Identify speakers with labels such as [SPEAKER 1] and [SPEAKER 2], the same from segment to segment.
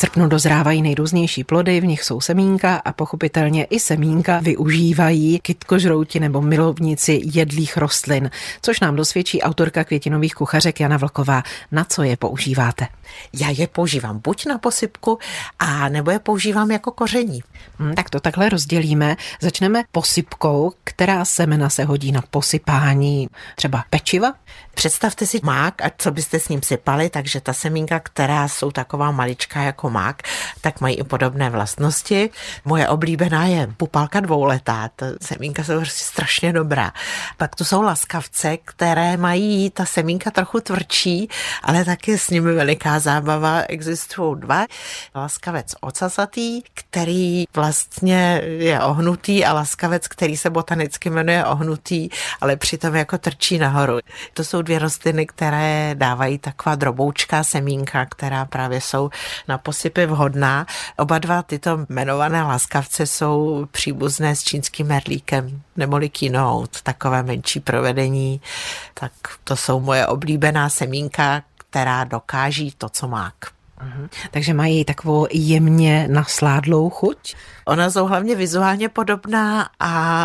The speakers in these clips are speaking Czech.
[SPEAKER 1] srpnu dozrávají nejrůznější plody, v nich jsou semínka a pochopitelně i semínka využívají kytkožrouti nebo milovníci jedlých rostlin, což nám dosvědčí autorka květinových kuchařek Jana Vlková. Na co je používáte?
[SPEAKER 2] Já je používám buď na posypku, a nebo je používám jako koření.
[SPEAKER 1] Tak to takhle rozdělíme. Začneme posypkou, která semena se hodí na posypání třeba pečiva.
[SPEAKER 2] Představte si mák a co byste s ním sypali, takže ta semínka, která jsou taková maličká jako mák, tak mají i podobné vlastnosti. Moje oblíbená je pupalka dvouletá, ta semínka jsou prostě strašně dobrá. Pak tu jsou laskavce, které mají ta semínka trochu tvrdší, ale taky s nimi veliká zábava. Existují dva. Laskavec ocasatý, který vlastně je ohnutý, a laskavec, který se botanicky jmenuje ohnutý, ale přitom jako trčí nahoru. To jsou dvě rostliny, které dávají taková droboučká semínka, která právě jsou na posypy vhodná. Oba dva tyto jmenované laskavce jsou příbuzné s čínským merlíkem neboli quinoa, takové menší provedení. Tak to jsou moje oblíbená semínka, která dokáží to, co mák.
[SPEAKER 1] Takže mají takovou jemně nasládlou chuť?
[SPEAKER 2] Ona jsou hlavně vizuálně podobná a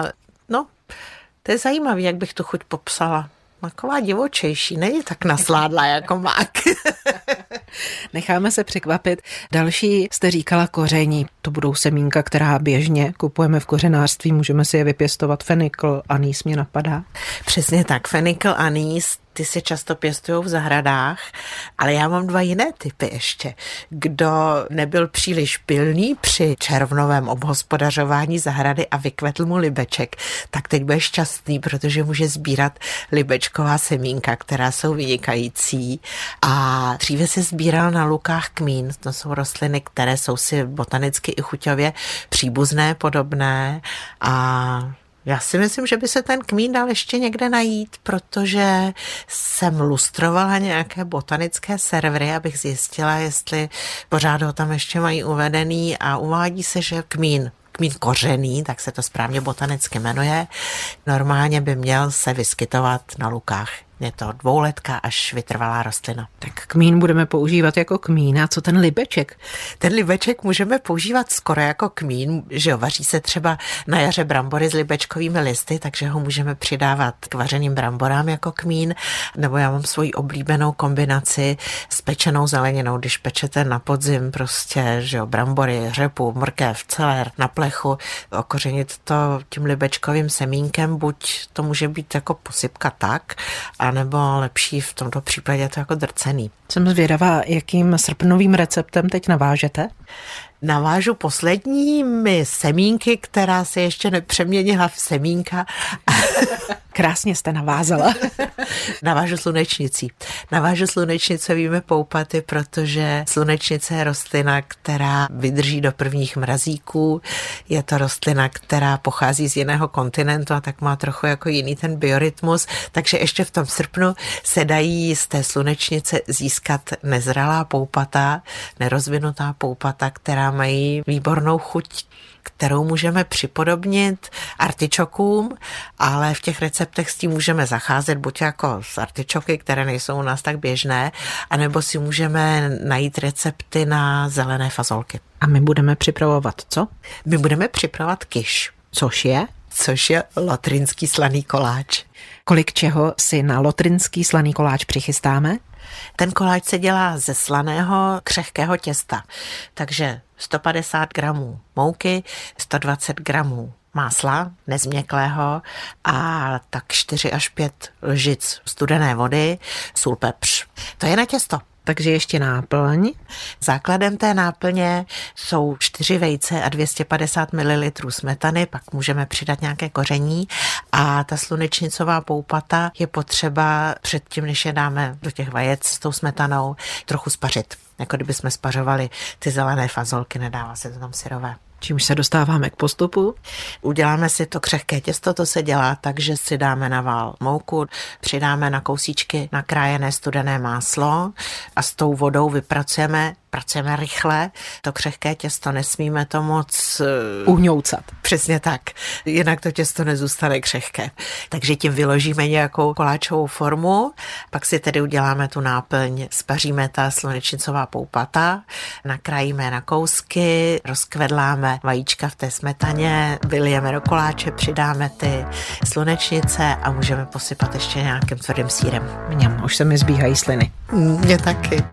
[SPEAKER 2] to je zajímavé, jak bych tu chuť popsala. Taková divočejší, není tak nasládlá jako mák.
[SPEAKER 1] Necháme se překvapit. Další jste říkala koření. To budou semínka, která běžně kupujeme v kořenářství. Můžeme si je vypěstovat. Fenikl, anýs mě napadá.
[SPEAKER 2] Přesně tak, fenikl, anýs, ty se často pěstují v zahradách, ale já mám dva jiné typy ještě. Kdo nebyl příliš pilný při červnovém obhospodařování zahrady a vykvetl mu libeček, tak teď bude šťastný, protože může sbírat libečková semínka, která jsou vynikající. A dříve se sbíral na lukách kmín. To jsou rostliny, které jsou si botanicky i chuťově příbuzné, podobné, a já si myslím, že by se ten kmín dal ještě někde najít, protože jsem lustrovala nějaké botanické servery, abych zjistila, jestli pořád ho tam ještě mají uvedený, a uvádí se, že kmín kořený, tak se to správně botanicky jmenuje, normálně by měl se vyskytovat na lukách. Je to dvouletka až vytrvalá rostlina.
[SPEAKER 1] Tak kmín budeme používat jako kmín. A co ten libeček?
[SPEAKER 2] Ten libeček můžeme používat skoro jako kmín, že jo, vaří se třeba na jaře brambory s libečkovými listy, takže ho můžeme přidávat k vařeným bramborám jako kmín, nebo já mám svoji oblíbenou kombinaci s pečenou zeleninou, když pečete na podzim prostě, že jo, brambory, řepu, mrkev, celer na plechu, okořenit to tím libečkovým semínkem, buď to může být jako posypka tak, a nebo lepší v tomto případě to jako drcený.
[SPEAKER 1] Jsem zvědavá, jakým srpnovým receptem teď navážete?
[SPEAKER 2] Navážu posledními semínky, která se ještě nepřeměnila v semínka.
[SPEAKER 1] Krásně jste navázala.
[SPEAKER 2] Navážu slunečnicí. Navážu slunečnicovými poupaty, protože slunečnice je rostlina, která vydrží do prvních mrazíků. Je to rostlina, která pochází z jiného kontinentu a tak má trochu jako jiný ten biorytmus. Takže ještě v tom srpnu se dají z té slunečnice získat nezralá poupata, nerozvinutá poupata, která mají výbornou chuť, kterou můžeme připodobnit artičokům, ale v těch receptech s tím můžeme zacházet buď jako s artičoky, které nejsou u nás tak běžné, anebo si můžeme najít recepty na zelené fazolky.
[SPEAKER 1] A my budeme připravovat co?
[SPEAKER 2] My budeme připravovat kiš.
[SPEAKER 1] Což je?
[SPEAKER 2] Což je lotrinský slaný koláč.
[SPEAKER 1] Kolik čeho si na lotrinský slaný koláč přichystáme?
[SPEAKER 2] Ten koláč se dělá ze slaného křehkého těsta, takže 150 gramů mouky, 120 gramů másla nezměklého a tak 4 až 5 lžic studené vody, sůl, pepř. To je na těsto.
[SPEAKER 1] Takže ještě náplň.
[SPEAKER 2] Základem té náplně jsou 4 vejce a 250 ml smetany, pak můžeme přidat nějaké koření a ta slunečnicová poupata je potřeba předtím, než je dáme do těch vajec s tou smetanou, trochu spařit. Jako kdyby jsme spařovali ty zelené fazolky, nedává se to tam syrové.
[SPEAKER 1] Čímž se dostáváme k postupu?
[SPEAKER 2] Uděláme si to křehké těsto, to se dělá tak, že si dáme na vál mouku, přidáme na kousíčky nakrájené studené máslo a s tou vodou vypracujeme pracujeme rychle, to křehké těsto nesmíme to moc
[SPEAKER 1] uhňoucat.
[SPEAKER 2] Přesně tak, jinak to těsto nezůstane křehké. Takže tím vyložíme nějakou koláčovou formu, pak si tedy uděláme tu náplň, spaříme ta slunečnicová poupata, nakrájíme na kousky, rozkvedláme vajíčka v té smetaně, vylijeme do koláče, přidáme ty slunečnice a můžeme posypat ještě nějakým tvrdým sýrem.
[SPEAKER 1] Mňam, už se mi zbíhají sliny.
[SPEAKER 2] Mně taky.